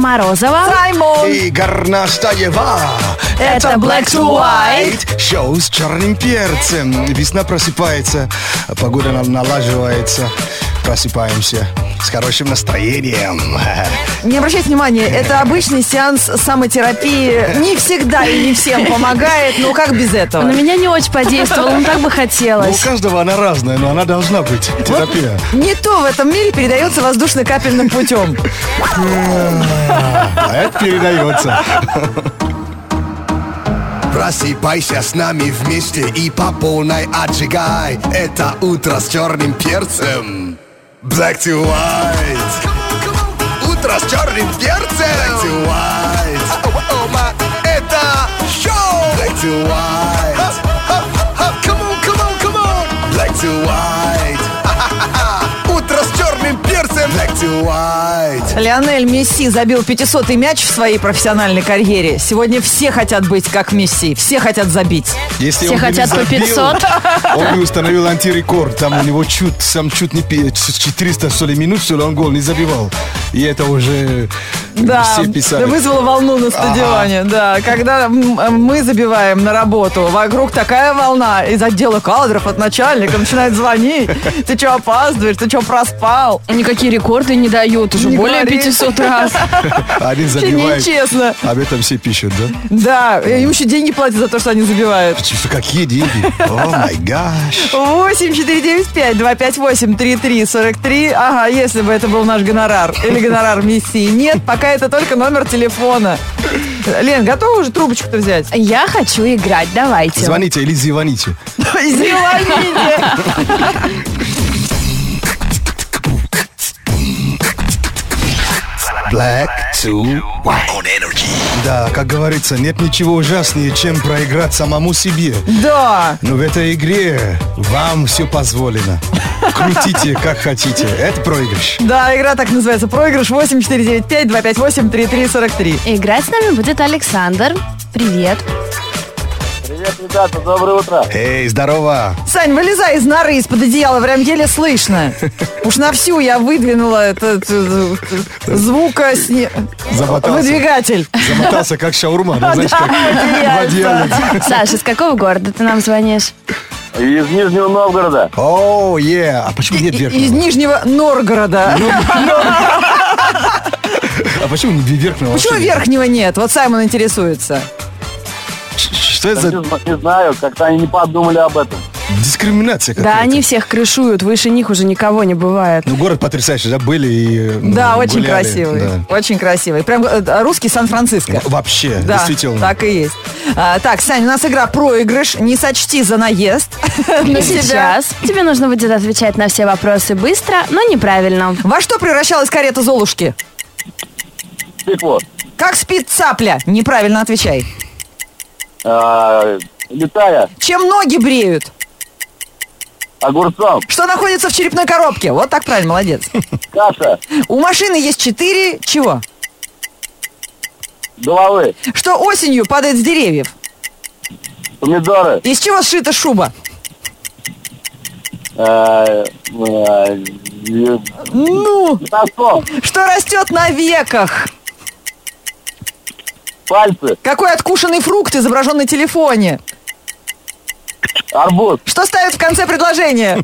Морозова. Саймон. И Горностаева. Это Black to White. Шоу с черным перцем. Весна просыпается, погода налаживается. Просыпаемся с хорошим настроением. Не обращайте внимания, это обычный сеанс самотерапии. Не всегда и не всем помогает, но как без этого? На меня не очень подействовало, но так бы Ну, у хотелось. каждого она разная, но она должна быть. Терапия. Не то в этом мире передается воздушно-капельным путем. А это передается. Просыпайся с нами вместе и по полной отжигай. Это утро с черным перцем. Black to white. Утро с черным перцем. Black to white. Это шоу. Black to white. Come on. Black to white. Утро с черным перцем. Black to white. Лионель Месси забил 500-й мяч в своей профессиональной карьере. Сегодня все хотят быть как Месси, все хотят забить. Если Все он бы не хотят по забил, 500. Он бы установил антирекорд. Там у него чуть не 400 что ли, минут, что ли, он гол не забивал. И это уже Да, все писали. вызвало волну на стадионе. Да, когда мы забиваем на работу, вокруг такая волна из отдела кадров от начальника начинает звонить. Ты что, опаздываешь? Ты что, проспал? Никакие рекорды не дают, уже Не более говори. 500 раз. Один Вообще забивает. нечестно. Об этом все пишут, да? Да, им еще деньги платят за то, что они забивают. Что, какие деньги? О май гаш. 8-495-258-3343. Ага, если бы это был наш гонорар. Или гонорар Месси. Нет, пока это только номер телефона. Лен, готова уже трубочку-то взять? Я хочу играть, давайте. Звоните или звоните. Звоните. Black to white. On energy. Да, как говорится, нет ничего ужаснее, чем проиграть самому себе. Да. Но в этой игре вам все позволено. Крутите, как хотите. Это проигрыш. Да, игра так называется. Проигрыш 8495-258-3343. Играть с нами будет Александр. Привет. Привет, ребята, доброе утро. Эй, здорово. Сань, вылезай из норы, из-под одеяла, прям еле слышно. Уж на всю я выдвинула этот Замотался. выдвигатель. Замотался, как шаурма, да, знаешь, как в одеяле. Саша, из какого города ты нам звонишь? Из Нижнего Новгорода. О, а почему нет Из верхнего? Нижнего Новгорода. А почему не верхнего? Почему вообще нет? верхнего нет? Вот Саймон интересуется. Что это за Не знаю, как-то они не подумали об этом. дискриминация Да, какая-то? они всех крышуют, выше них уже никого не бывает. Ну, город потрясающий, да, были и Да, очень гуляли, красивый. да. Очень красивый. Прям русский Сан-Франциско. Вообще, Да, действительно. так и есть. Так, Сань, у нас игра проигрыш. Не сочти за наезд. И на себя. сейчас тебе нужно будет отвечать на все вопросы быстро, но неправильно. Во что превращалась карета Золушки? Стекло. Как спит цапля? Неправильно отвечай. Летая Чем ноги бреют? огурцом. Что находится в черепной коробке? Вот так правильно, молодец. Каша. У машины есть 4 чего? Головы. Что осенью падает с деревьев? Помидоры. Из чего сшита шуба? Ну, Носок. что растет на веках? Пальцы. Какой откушенный фрукт изображен на телефоне? Арбуз. Что ставят в конце предложения?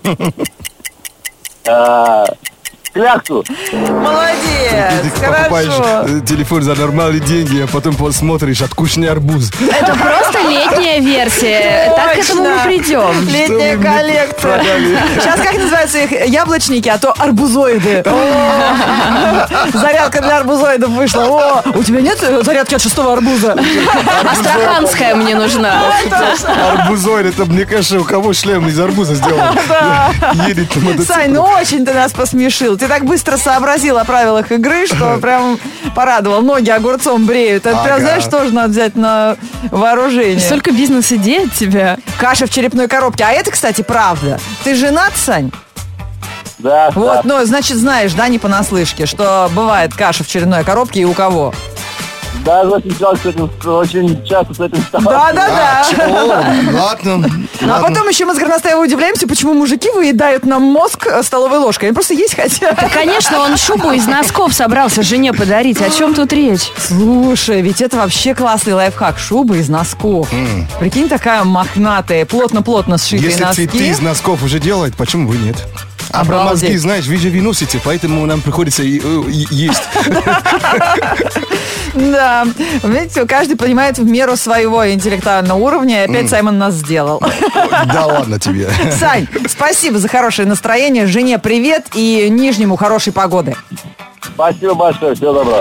Кляксу. Молодец, Ты покупаешь хорошо. телефон за нормальные деньги, а потом посмотришь, откушенный арбуз. Это просто летняя версия. Так к этому мы придем. Летняя Что вы мне коллекция. продали? Сейчас как называются их яблочники, а то арбузоиды. Зарядка для арбузоидов вышла. О, у тебя нет зарядки от 6-го арбуза? Астраханская мне нужна. Арбузоид, это, мне кажется, у кого шлем из арбуза сделан. Едет на мотоцикле. Сань, ну очень ты нас посмешил. Ты так быстро сообразил о правилах игры, что прям порадовал. Ноги огурцом бреют. Это прям, Ага. знаешь, тоже надо взять на вооружение. Столько бизнес-идей от тебя. Каша в черепной коробке. А это, кстати, правда. Ты женат, Сань? Да, Вот, да. ну, значит, знаешь, да, не понаслышке, что бывает каша в черепной коробке и у кого? Да, очень часто с этим сталкиваюсь. Да-да-да. Ладно. А потом еще мы с Горностаевой удивляемся, почему мужики выедают нам мозг столовой ложкой. Они просто есть хотят. Да, конечно, он шубу из носков собрался жене подарить. О чем тут речь? Слушай, ведь это вообще классный лайфхак. Шуба из носков. Прикинь, такая мохнатая, плотно-плотно сшитые Если носки. цветы из носков уже делают, почему бы нет? А про Обалдеть. мозги, знаешь, вы же выносите, поэтому нам приходится есть. Да. Видите, каждый понимает в меру своего интеллектуального уровня. И опять Саймон нас сделал. Да ладно тебе. Сань, спасибо за хорошее настроение. Жене привет и Нижнему хорошей погоды. Спасибо большое, всего доброго.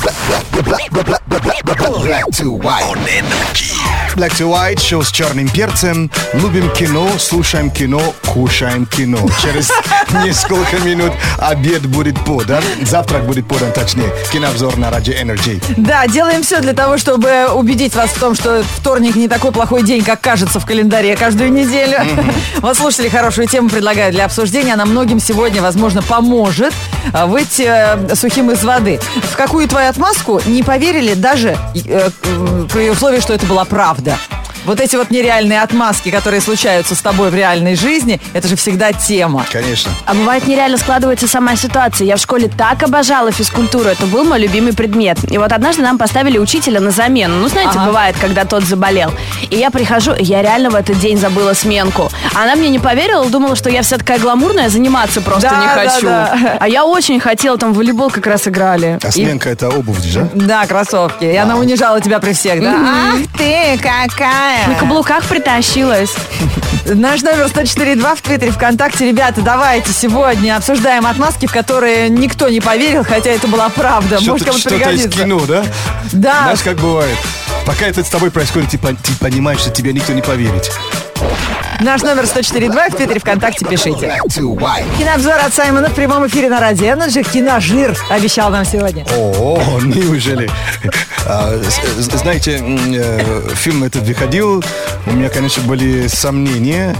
Black to white. Black to White, шоу с черным перцем. Любим кино, слушаем кино, кушаем кино. Через несколько минут обед будет подан. Завтрак будет подан, точнее. Кинообзор на Радио Energy. Да, делаем все для того, чтобы убедить вас в том, что вторник не такой плохой день, как кажется в календаре каждую неделю. Вот слушатели хорошую тему предлагают для обсуждения. Она многим сегодня, возможно, поможет выйти сухим из воды. В какую твою отмазку не поверили даже при условии, что это была правда. Вот эти вот нереальные отмазки, которые случаются с тобой в реальной жизни, это же всегда тема. Конечно. А бывает нереально складывается сама ситуация. Я в школе так обожала физкультуру. Это был мой любимый предмет. И вот однажды нам поставили учителя на замену. Ну, знаете, бывает, когда тот заболел. И я прихожу, и я реально в этот день забыла сменку. Она мне не поверила, думала, что я вся такая гламурная, заниматься просто Да, не хочу. да. А я очень хотела, там в волейбол как раз играли. А сменка это обувь, да? Да, кроссовки. И она унижала тебя при всех, да? Ах ты, какая! На каблуках притащилась. Наш номер 104.2 в Твиттере, ВКонтакте. Ребята, давайте сегодня обсуждаем отмазки, в которые никто не поверил, хотя это была правда. Может, кому-то Что-то из пригодится. кино, да? Да. Знаешь, как бывает? Пока это с тобой происходит, ты понимаешь, что тебе никто не поверит. Наш номер 104.2 в Твиттере, ВКонтакте пишите. Black to white. Кинообзор от Саймона в прямом эфире на Радио Energy. Киножир обещал нам сегодня. О, неужели? Знаете, фильм этот выходил, у меня, конечно, были сомнения.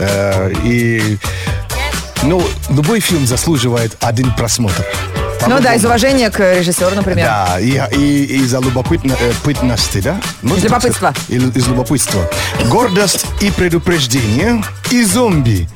Но любой фильм заслуживает один просмотр. Ну да, из уважения к режиссеру, например. Да, и за любопытности, да? Из любопытства. Из любопытства. Гордость и предупреждение. И зомби.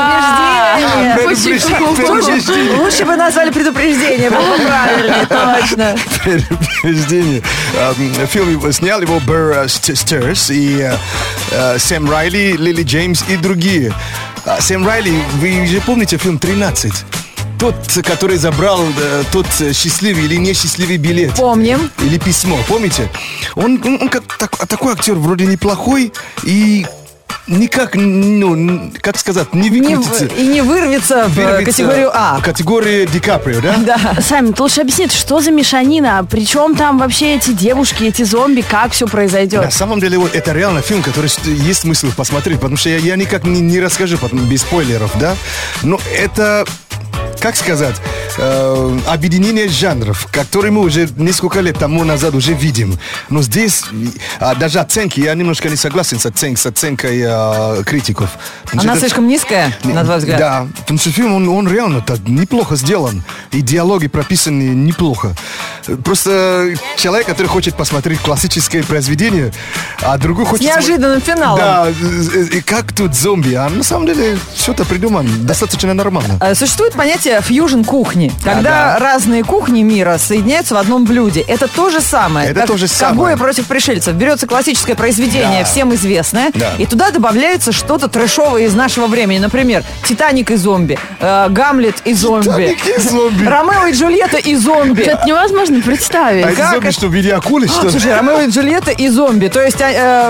Предупреждение. Слушай, лучше бы назвали предупреждение, было бы правильнее, точно. Предупреждение. Фильм снял его Бэр Стерс и Сэм Райли, Лили Джеймс и другие. Сэм Райли, вы же помните фильм «13»? Тот, который забрал тот счастливый или несчастливый билет. Помним. Или письмо, помните? Он такой актер вроде неплохой и никак, ну, как сказать, не выкрутится. И не вырвется в категорию А. В категории Ди Каприо, да? Да. Сами, ты лучше объясни, что за мешанина? Причем там вообще эти девушки, эти зомби, как все произойдет? На самом деле, вот это реально фильм, который есть смысл посмотреть, потому что я никак не расскажу без спойлеров, да? Но это... Как сказать, объединение жанров, которые мы уже несколько лет тому назад уже видим. Но здесь даже оценки, я немножко не согласен с оценкой критиков. Она слишком низкая, на твой взгляд? Да, потому что фильм, он реально неплохо сделан. И диалоги прописаны неплохо. Просто человек, который хочет посмотреть классическое произведение, а другой хочет... С неожиданным финалом. Да, и как тут зомби? А на самом деле все-то придумано достаточно нормально. Существует понятие фьюжн кухни, когда разные кухни мира соединяются в одном блюде. Это то же самое. Это то же самое. «Ковбои против пришельцев». Берется классическое произведение, всем известное, и туда добавляется что-то трэшовое из нашего времени. Например, «Титаник» и зомби, «Гамлет» и зомби, «Титаник» и зомби. «Ромео и Джульетта» и зомби. Это невозможно представить. А эти зомби что, в виде акулы, что ли? Слушай, «Ромео и Джульетта» и зомби. То есть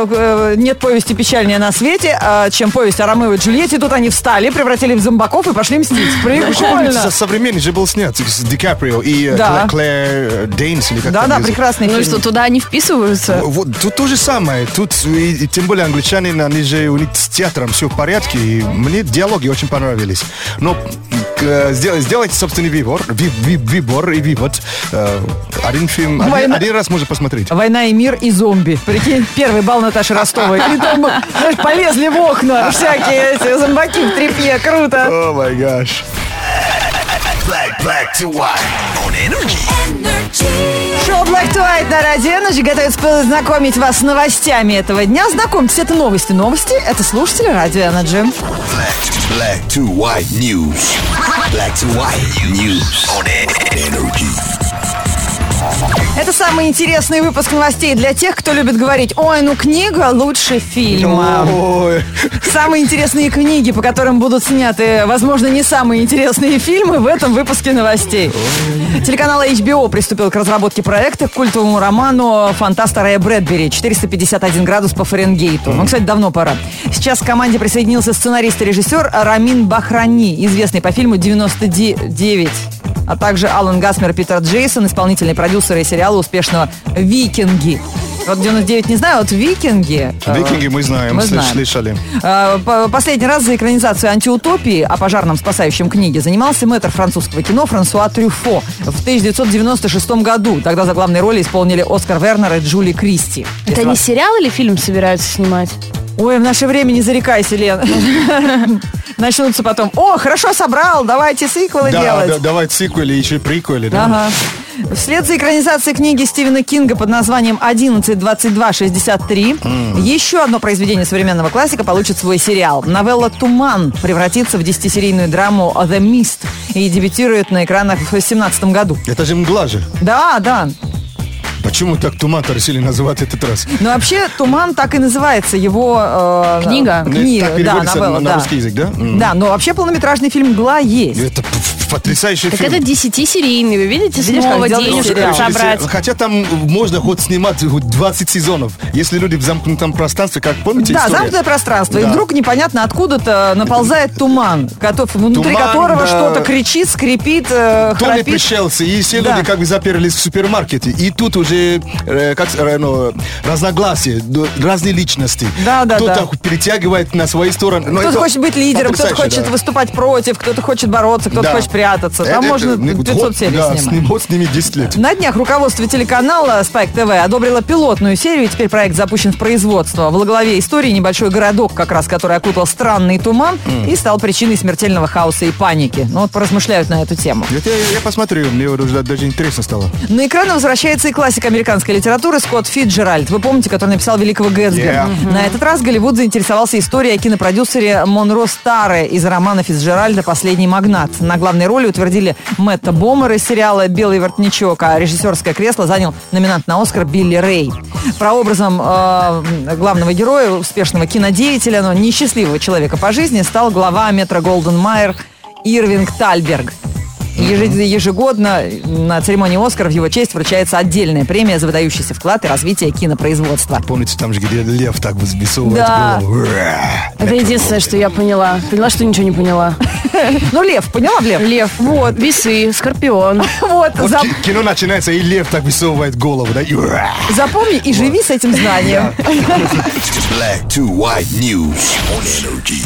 нет повести печальнее на свете, чем повесть о Ромео и Джульетте. Тут они встали, превратили в зомбаков и пошли мстить. Прикольно. Современный же был снят с Ди Каприо и Клэр Дейнс, или как Да, там да, ее зовут. прекрасный Ну и фильм. что, туда они вписываются? Вот, тут то же самое. Тут, и тем более, англичане, они же, у них с театром все в порядке. И мне диалоги очень понравились. Но сделайте собственный выбор и вывод. Один фильм, один раз можно посмотреть. «Война и мир» и «Зомби». Прикинь, первый балл Наташи Ростовой. И там, знаешь, полезли в окна всякие эти зомбаки в тряпье. Круто. О май гаш. Black Black to White on Energy. Шоу Black to White на Радио Energy готовится познакомить вас с новостями этого дня. Знакомьтесь, это новости. Новости — это слушатели Радио Energy. Black to White News. Black to White News on Energy. Это самый интересный выпуск новостей для тех, кто любит говорить: ой, ну книга лучше фильма. Ой. Самые интересные книги, по которым будут сняты, возможно, не самые интересные фильмы, в этом выпуске новостей. Телеканал HBO приступил к разработке проекта к культовому роману фантаста Рэя Брэдбери «451 градус по Фаренгейту». Ну, кстати, давно пора. Сейчас к команде присоединился сценарист и режиссер Рамин Бахрани, известный по фильму «99», а также Алан Гасмер и Питер Джейсон, исполнительные продюсеры сериала успешного «Викинги». Вот 99 не знаю, вот «Викинги». «Викинги» мы знаем, слышали. Последний раз за экранизацию «Антиутопии» о пожарном спасающем книге занимался мэтр французского кино Франсуа Трюфо в 1996 году. Тогда за главные роли исполнили Оскар Вернер и Джули Кристи. Это не сериал или фильм собираются снимать? Ой, в наше время не зарекайся, Лен. Начнутся потом: о, хорошо собрал, давайте сиквелы делать. Да, давайте сиквелы, еще приквелы. Да? Ага. Вслед за экранизацией книги Стивена Кинга под названием «11-22-63» еще одно произведение современного классика получит свой сериал. Новелла «Туман» превратится в 10-серийную драму «The Mist» и дебютирует на экранах в 2017 году. Это же «Мгла» же. Да. Почему так «Туман»-то решили называть этот раз? Ну, вообще, «Туман» так и называется. Его... Книга? Так переводится на русский язык, да? Да, но вообще полнометражный фильм «Мгла» есть. Это потрясающий Так фильм. это 10-серийный, вы видите, Видишь, снова как сделали денежку сериал. собрать. Хотя там можно хоть снимать хоть 20 сезонов, если люди в замкнутом пространстве, как помните Да, историю? замкнутое пространство. И Да. вдруг непонятно откуда-то наползает туман, внутри Туман, которого да. что-то кричит, скрипит, То ли храпит. пришельцы, и все Да. люди как бы заперлись в супермаркете. И тут уже разногласия, разные личности. Да. Кто-то перетягивает на свои стороны. Но Кто-то это хочет быть лидером, кто-то потрясающе, хочет да. выступать против, кто-то хочет бороться, кто-то Да. хочет прятаться. Там Это- можно 500 серий снимать. с ними 10 лет. На днях руководство телеканала Spike TV одобрило пилотную серию, и теперь проект запущен в производство. В главе истории небольшой городок, как раз, который окутал странный туман и стал причиной смертельного хаоса и паники. Ну вот поразмышляют на эту тему. Это я посмотрю, мне уже даже интересно стало. На экраны возвращается и классик американской литературы Скотт Фитджеральд. Вы помните, который написал «Великого Гэтсби». Yeah. На этот раз Голливуд заинтересовался историей о кинопродюсере Монро Старре из романа Фитджеральда «Последний магнат». На главной роли утвердили Мэтта Бомера из сериала «Белый воротничок», а режиссерское кресло занял номинант на «Оскар» Билли Рэй. Прообразом главного героя, успешного кинодеятеля, но несчастливого человека по жизни, стал глава Метро Голден Майер Ирвинг Тальберг. Ежегодно на церемонии «Оскар» в его честь вручается отдельная премия за выдающийся вклад и развитие кинопроизводства. Помните, там же, где лев так высовывает Да. голову? Это единственное, что я поняла. Поняла, что ничего не поняла. Ну, лев, поняла, лев? Лев, вот, весы, скорпион. Вот, Вот кино начинается, и лев так высовывает голову, да? запомни и живи с этим знанием. Black to White News on Energy.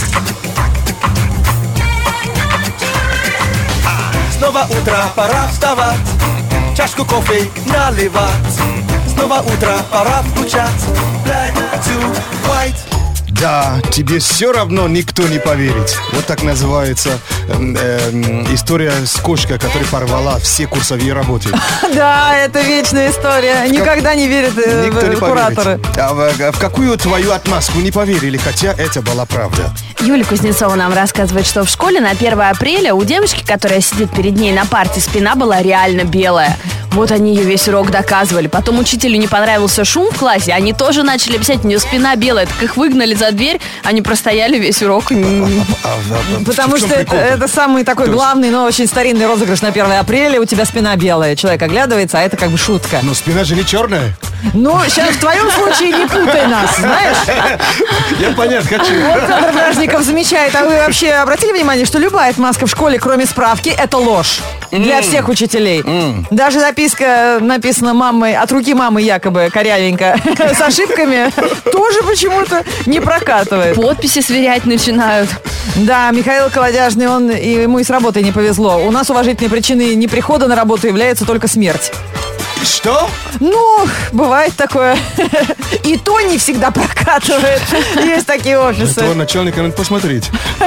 Снова утро, пора вставать, чашку кофе наливать. Снова утро, пора включать Black to White. Да, тебе все равно никто не поверит. Вот так называется история с кошкой, которая порвала все курсовые работы. Да, это вечная история. Никогда не верят Никто не кураторы. поверит. А в какую твою отмазку не поверили, хотя это была правда. Юлия Кузнецова нам рассказывает, что в школе на 1 апреля у девочки, которая сидит перед ней на парте, спина была реально белая. Вот они ее весь урок доказывали. Потом учителю не понравился шум в классе, они тоже начали писать, у нее спина белая. Так их выгнали за дверь, они простояли весь урок. Потому В чем что прикол-то? это самый такой главный, но очень старинный розыгрыш на 1 апреля. У тебя спина белая. Человек оглядывается, а это как бы шутка. Но спина же не черная. Ну, сейчас в твоем случае не путай нас, знаешь? Я понять хочу. Александр Бражников замечает. А вы вообще обратили внимание, что любая отмазка в школе, кроме справки, это ложь? Для всех учителей. Даже записка написана мамой, от руки мамы якобы, корявенько, с ошибками, тоже почему-то не прокатывает. Подписи сверять начинают. Да, Михаил Колодяжный, ему и с работой не повезло. У нас уважительной причиной неприхода на работу является только смерть. Что? Ну, бывает такое. И то не всегда прокатывает. Есть такие офисы. Этого начальника надо посмотреть.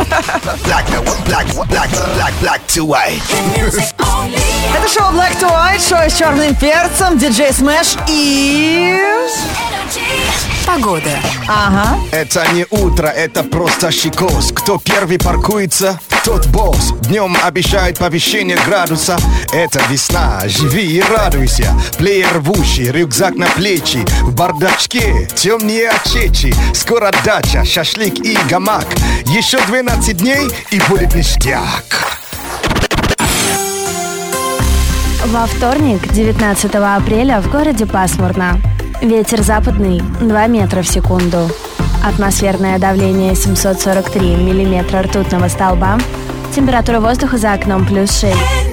Black to white. Это шоу Black to White, шоу с черным перцем, диджей Смэш и... Погода. Ага. Это не утро, это просто щекос. Кто первый паркуется, тот босс. Днем обещает повышение градуса. Это весна, живи и радуйся. Плеер в уши, рюкзак на плечи. В бардачке темнее очечи. Скоро дача, шашлык и гамак. Еще 12 дней и будет ништяк. Во вторник, 19 апреля, в городе пасмурно. Ветер западный 2 метра в секунду. Атмосферное давление 743 миллиметра ртутного столба. Температура воздуха за окном +6.